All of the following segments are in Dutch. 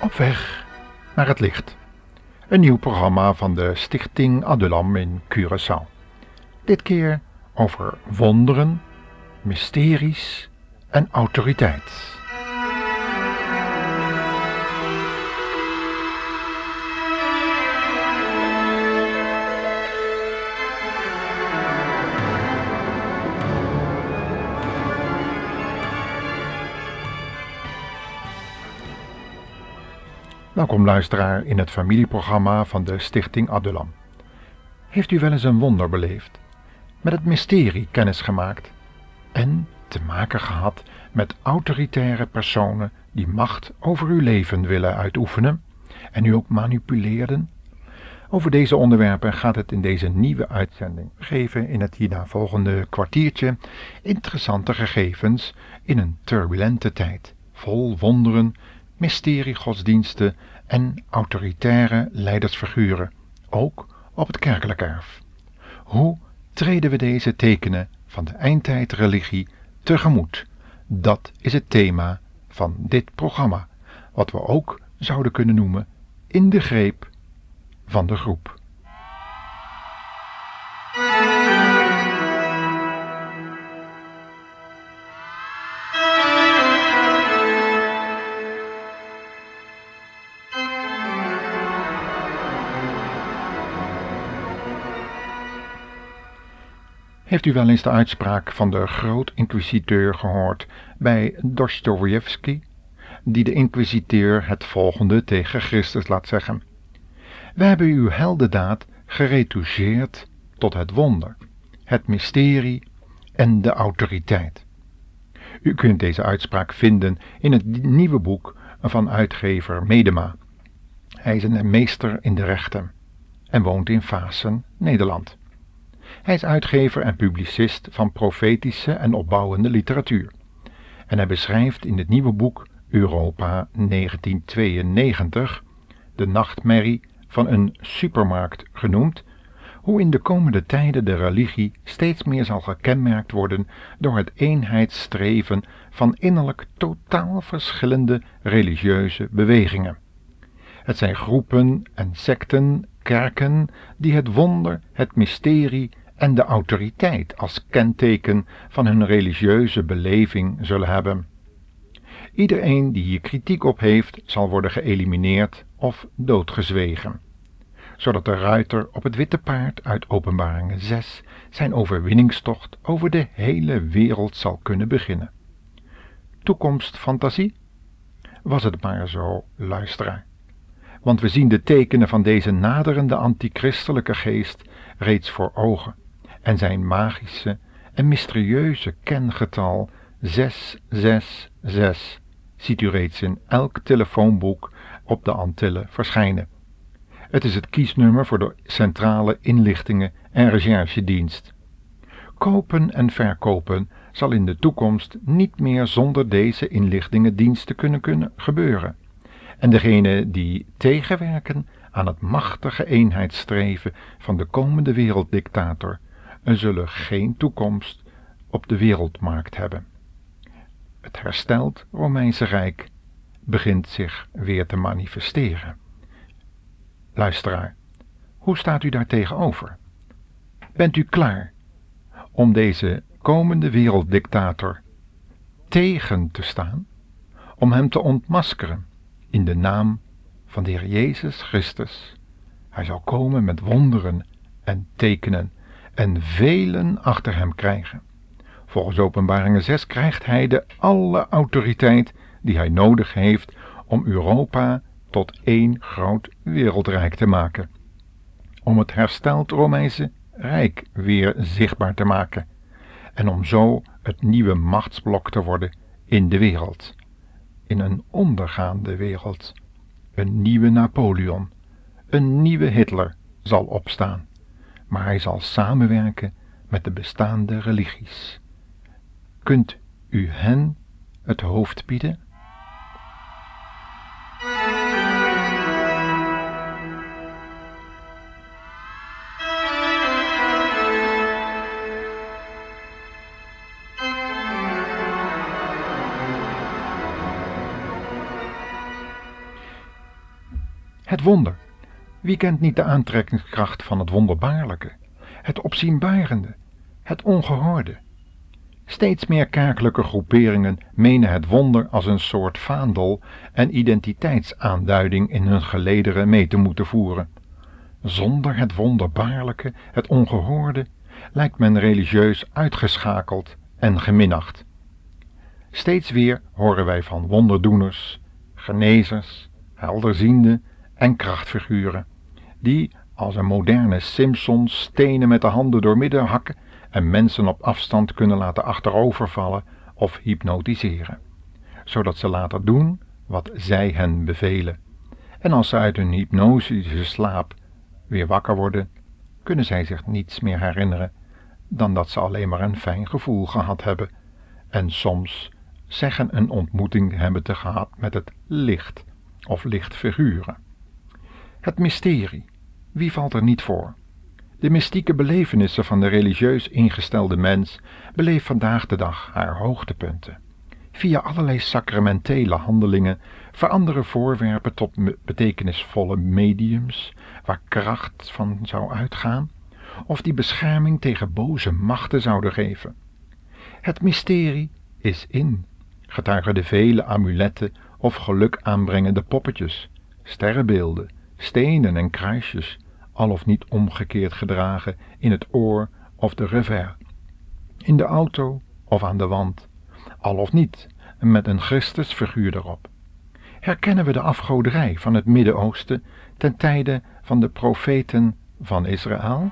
Op weg naar het licht. Een nieuw programma van de Stichting Adulam in Curaçao. Dit keer over wonderen, mysteries en autoriteit. Welkom luisteraar in het familieprogramma van de Stichting Adulam. Heeft u wel eens een wonder beleefd, met het mysterie kennis gemaakt en te maken gehad met autoritaire personen die macht over uw leven willen uitoefenen en u ook manipuleerden? Over deze onderwerpen gaat het in deze nieuwe uitzending. We geven in het hierna volgende kwartiertje interessante gegevens in een turbulente tijd, vol wonderen, mysteriegodsdiensten en autoritaire leidersfiguren, ook op het kerkelijk erf. Hoe treden we deze tekenen van de eindtijdreligie tegemoet? Dat is het thema van dit programma, wat we ook zouden kunnen noemen in de greep van de groep. Heeft u wel eens de uitspraak van de groot-inquisiteur gehoord bij Dostojevski, die de inquisiteur het volgende tegen Christus laat zeggen: "We hebben uw heldendaad geretoucheerd tot het wonder, het mysterie en de autoriteit." U kunt deze uitspraak vinden in het nieuwe boek van uitgever Medema. Hij is een meester in de rechten en woont in Vaassen, Nederland. Hij is uitgever en publicist van profetische en opbouwende literatuur. En hij beschrijft in het nieuwe boek Europa 1992, de nachtmerrie van een supermarkt genoemd, hoe in de komende tijden de religie steeds meer zal gekenmerkt worden door het eenheidsstreven van innerlijk totaal verschillende religieuze bewegingen. Het zijn groepen en secten, kerken, die het wonder, het mysterie en de autoriteit als kenteken van hun religieuze beleving zullen hebben. Iedereen die hier kritiek op heeft, zal worden geëlimineerd of doodgezwegen, zodat de ruiter op het witte paard uit Openbaringen 6 zijn overwinningstocht over de hele wereld zal kunnen beginnen. Toekomstfantasie? Was het maar zo, luisteraar. Want we zien de tekenen van deze naderende antichristelijke geest reeds voor ogen en zijn magische en mysterieuze kengetal 666 ziet u reeds in elk telefoonboek op de Antillen verschijnen. Het is het kiesnummer voor de Centrale Inlichtingen en Recherchedienst. Kopen en verkopen zal in de toekomst niet meer zonder deze inlichtingendiensten kunnen gebeuren. En degenen die tegenwerken aan het machtige eenheidsstreven van de komende werelddictator zullen geen toekomst op de wereldmarkt hebben. Het hersteld Romeinse Rijk begint zich weer te manifesteren. Luisteraar, hoe staat u daar tegenover? Bent u klaar om deze komende werelddictator tegen te staan, om hem te ontmaskeren in de naam van de Heer Jezus Christus? Hij zal komen met wonderen en tekenen en velen achter hem krijgen. Volgens Openbaringen 6 krijgt hij de alle autoriteit die hij nodig heeft om Europa tot één groot wereldrijk te maken. Om het hersteld Romeinse Rijk weer zichtbaar te maken. En om zo het nieuwe machtsblok te worden in de wereld. In een ondergaande wereld. Een nieuwe Napoleon, een nieuwe Hitler zal opstaan. Maar hij zal samenwerken met de bestaande religies. Kunt u hen het hoofd bieden? Het wonder. Wie kent niet de aantrekkingskracht van het wonderbaarlijke, het opzienbarende, het ongehoorde? Steeds meer kerkelijke groeperingen menen het wonder als een soort vaandel en identiteitsaanduiding in hun gelederen mee te moeten voeren. Zonder het wonderbaarlijke, het ongehoorde, lijkt men religieus uitgeschakeld en geminacht. Steeds weer horen wij van wonderdoeners, genezers, helderzienden en krachtfiguren, die als een moderne Simpson stenen met de handen doormidden hakken en mensen op afstand kunnen laten achterovervallen of hypnotiseren, zodat ze later doen wat zij hen bevelen. En als ze uit hun hypnotische slaap weer wakker worden, kunnen zij zich niets meer herinneren dan dat ze alleen maar een fijn gevoel gehad hebben en soms zeggen een ontmoeting hebben te gehad met het licht of lichtfiguren. Het mysterie, wie valt er niet voor? De mystieke belevenissen van de religieus ingestelde mens beleeft vandaag de dag haar hoogtepunten. Via allerlei sacramentele handelingen veranderen voorwerpen tot betekenisvolle mediums, waar kracht van zou uitgaan, of die bescherming tegen boze machten zouden geven. Het mysterie is in, getuigen de vele amuletten of geluk aanbrengende poppetjes, sterrenbeelden, stenen en kruisjes, al of niet omgekeerd gedragen in het oor of de revers, in de auto of aan de wand, al of niet met een Christusfiguur erop. Herkennen we de afgoderij van het Midden-Oosten ten tijde van de profeten van Israël?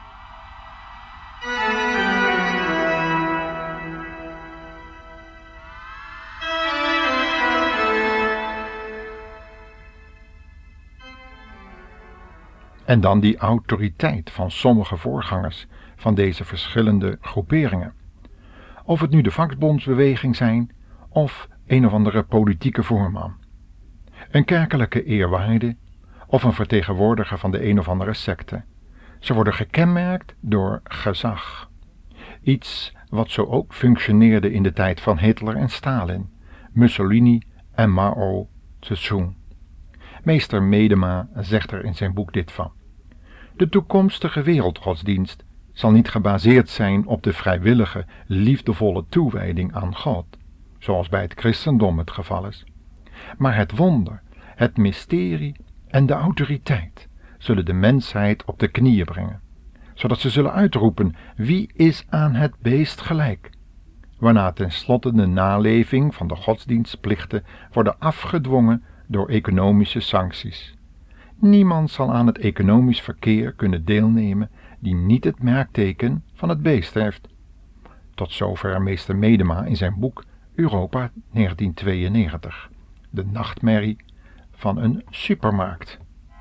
En dan die autoriteit van sommige voorgangers van deze verschillende groeperingen. Of het nu de vakbondsbeweging zijn of een of andere politieke voorman. Een kerkelijke eerwaarde of een vertegenwoordiger van de een of andere secte. Ze worden gekenmerkt door gezag. Iets wat zo ook functioneerde in de tijd van Hitler en Stalin, Mussolini en Mao Zedong. Meester Medema zegt er in zijn boek dit van. De toekomstige wereldgodsdienst zal niet gebaseerd zijn op de vrijwillige, liefdevolle toewijding aan God, zoals bij het christendom het geval is. Maar het wonder, het mysterie en de autoriteit zullen de mensheid op de knieën brengen, zodat ze zullen uitroepen: wie is aan het beest gelijk? Waarna tenslotte de naleving van de godsdienstplichten worden afgedwongen door economische sancties. Niemand zal aan het economisch verkeer kunnen deelnemen die niet het merkteken van het beest heeft. Tot zover meester Medema in zijn boek Europa 1992, de nachtmerrie van een supermarkt.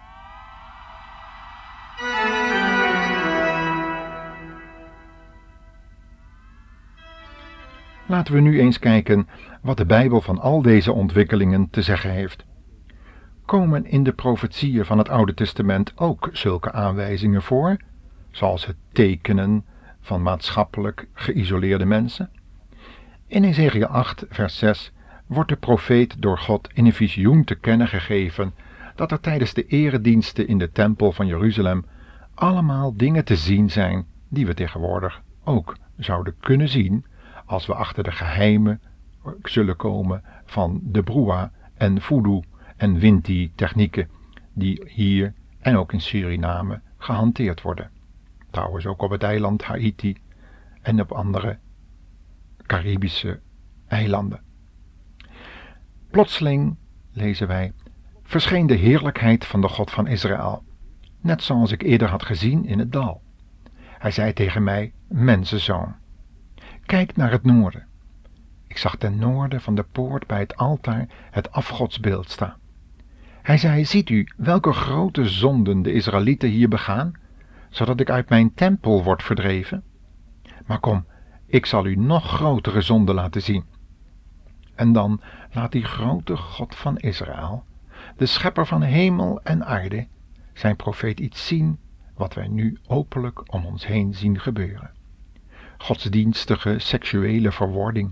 Laten we nu eens kijken wat de Bijbel van al deze ontwikkelingen te zeggen heeft. Komen in de profetieën van het Oude Testament ook zulke aanwijzingen voor, zoals het tekenen van maatschappelijk geïsoleerde mensen? In Ezechiël 8, vers 6 wordt de profeet door God in een visioen te kennen gegeven dat er tijdens de erediensten in de tempel van Jeruzalem allemaal dingen te zien zijn die we tegenwoordig ook zouden kunnen zien als we achter de geheimen zullen komen van de broeha en voodoo en winti-technieken die hier en ook in Suriname gehanteerd worden. Trouwens ook op het eiland Haiti en op andere Caribische eilanden. Plotseling, lezen wij, verscheen de heerlijkheid van de God van Israël, net zoals ik eerder had gezien in het dal. Hij zei tegen mij: mensenzoon, kijk naar het noorden. Ik zag ten noorden van de poort bij het altaar het afgodsbeeld staan. Hij zei: ziet u welke grote zonden de Israëlieten hier begaan, zodat ik uit mijn tempel word verdreven? Maar kom, ik zal u nog grotere zonden laten zien. En dan laat die grote God van Israël, de schepper van hemel en aarde, zijn profeet iets zien wat wij nu openlijk om ons heen zien gebeuren. Godsdienstige seksuele verwording,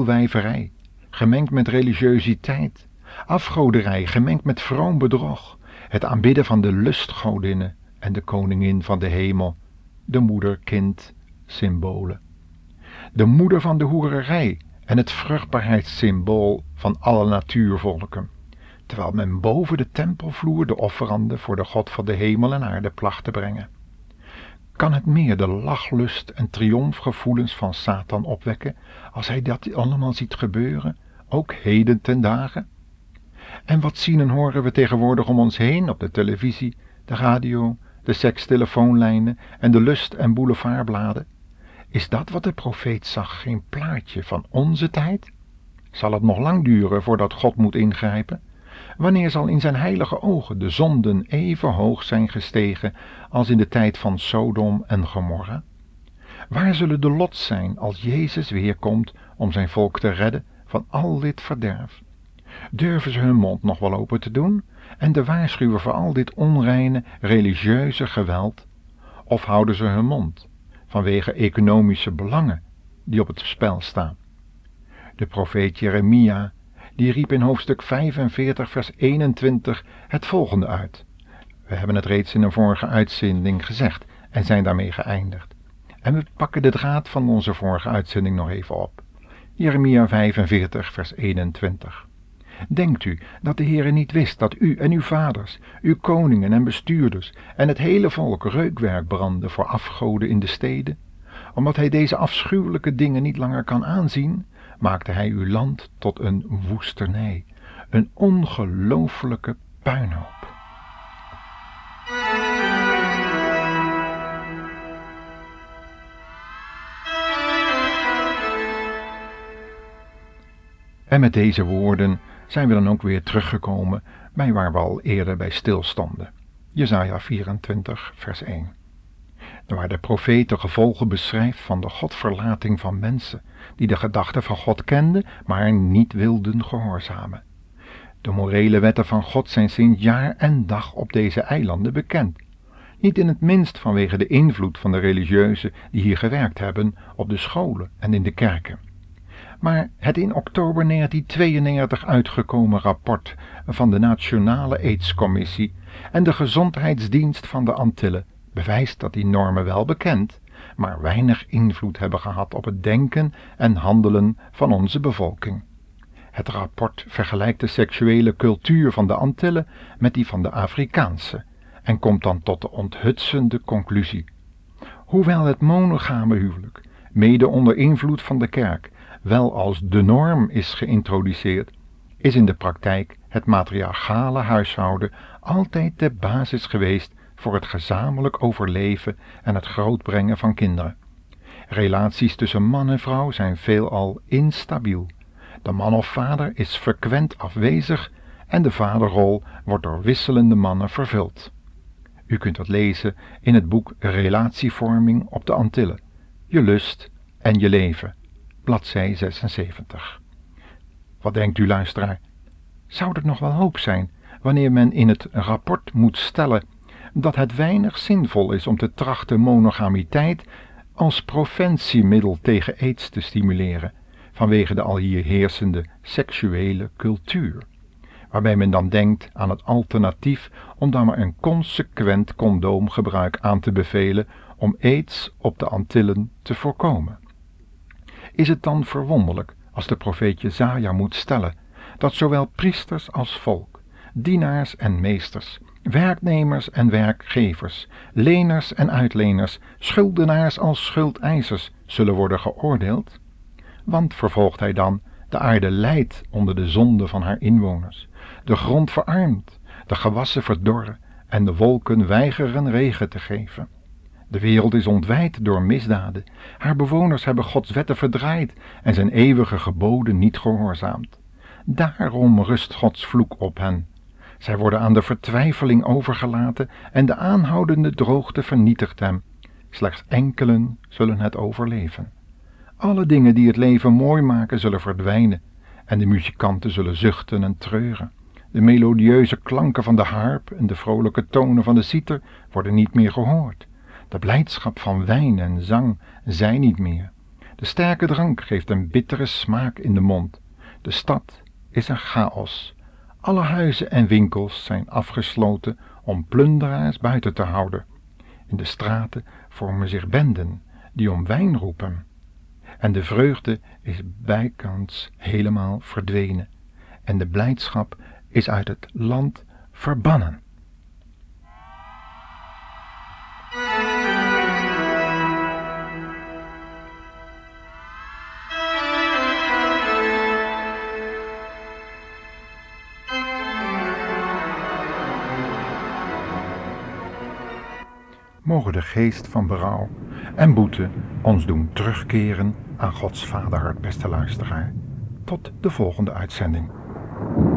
veelwijverij, gemengd met religiositeit, afgoderij gemengd met vroom bedrog, Het aanbidden van de lustgodinnen en de koningin van de hemel, de moeder-kind symbolen. De moeder van de hoererij en het vruchtbaarheidssymbool van alle natuurvolken, terwijl men boven de tempelvloer de offeranden voor de God van de hemel en aarde placht te brengen. Kan het meer de lachlust en triomfgevoelens van Satan opwekken, als hij dat allemaal ziet gebeuren, ook heden ten dagen? En wat zien en horen we tegenwoordig om ons heen op de televisie, de radio, de sekstelefoonlijnen en de lust- en boulevardbladen? Is dat wat de profeet zag geen plaatje van onze tijd? Zal het nog lang duren voordat God moet ingrijpen? Wanneer zal in zijn heilige ogen de zonden even hoog zijn gestegen als in de tijd van Sodom en Gomorra? Waar zullen de lots zijn als Jezus weerkomt om zijn volk te redden van al dit verderf? Durven ze hun mond nog wel open te doen en te waarschuwen voor al dit onreine religieuze geweld? Of houden ze hun mond vanwege economische belangen die op het spel staan? De profeet Jeremia die riep in hoofdstuk 45 vers 21 het volgende uit. We hebben het reeds in een vorige uitzending gezegd en zijn daarmee geëindigd. En we pakken de draad van onze vorige uitzending nog even op. Jeremia 45 vers 21. Denkt u dat de Heere niet wist dat u en uw vaders, uw koningen en bestuurders en het hele volk reukwerk brandden voor afgoden in de steden? Omdat hij deze afschuwelijke dingen niet langer kan aanzien, maakte hij uw land tot een woesternij, een ongelooflijke puinhoop. En met deze woorden zijn we dan ook weer teruggekomen bij waar we al eerder bij stilstonden. Jesaja 24 vers 1. Waar de profeet de gevolgen beschrijft van de godverlating van mensen, die de gedachten van God kenden, maar niet wilden gehoorzamen. De morele wetten van God zijn sinds jaar en dag op deze eilanden bekend. Niet in het minst vanwege de invloed van de religieuzen die hier gewerkt hebben op de scholen en in de kerken. Maar het in oktober 1992 uitgekomen rapport van de Nationale AIDS-commissie en de Gezondheidsdienst van de Antillen bewijst dat die normen wel bekend, maar weinig invloed hebben gehad op het denken en handelen van onze bevolking. Het rapport vergelijkt de seksuele cultuur van de Antillen met die van de Afrikaanse en komt dan tot de onthutsende conclusie. Hoewel het monogame huwelijk, mede onder invloed van de kerk, wel als de norm is geïntroduceerd, is in de praktijk het matriarchale huishouden altijd de basis geweest voor het gezamenlijk overleven en het grootbrengen van kinderen. Relaties tussen man en vrouw zijn veelal instabiel. De man of vader is frequent afwezig en de vaderrol wordt door wisselende mannen vervuld. U kunt dat lezen in het boek Relatievorming op de Antillen, Je lust en je leven, bladzij 76. Wat denkt u, luisteraar? Zou er nog wel hoop zijn wanneer men in het rapport moet stellen dat het weinig zinvol is om te trachten monogamiteit als preventiemiddel tegen aids te stimuleren, vanwege de al hier heersende seksuele cultuur, waarbij men dan denkt aan het alternatief om dan maar een consequent condoomgebruik aan te bevelen om aids op de Antillen te voorkomen. Is het dan verwonderlijk als de profeet Jesaja moet stellen dat zowel priesters als volk, dienaars en meesters, werknemers en werkgevers, leners en uitleners, schuldenaars als schuldeisers zullen worden geoordeeld? Want, vervolgt hij dan, de aarde lijdt onder de zonde van haar inwoners, de grond verarmt, de gewassen verdorren en de wolken weigeren regen te geven. De wereld is ontwijd door misdaden, haar bewoners hebben Gods wetten verdraaid en zijn eeuwige geboden niet gehoorzaamd. Daarom rust Gods vloek op hen. Zij worden aan de vertwijfeling overgelaten en de aanhoudende droogte vernietigt hem. Slechts enkelen zullen het overleven. Alle dingen die het leven mooi maken zullen verdwijnen en de muzikanten zullen zuchten en treuren. De melodieuze klanken van de harp en de vrolijke tonen van de citer worden niet meer gehoord. De blijdschap van wijn en zang zijn niet meer. De sterke drank geeft een bittere smaak in de mond. De stad is een chaos. Alle huizen en winkels zijn afgesloten om plunderaars buiten te houden. In de straten vormen zich benden die om wijn roepen. En de vreugde is bijkans helemaal verdwenen. En de blijdschap is uit het land verbannen. Mogen de geest van berouw en boete ons doen terugkeren aan Gods vaderhart, beste luisteraar. Tot de volgende uitzending.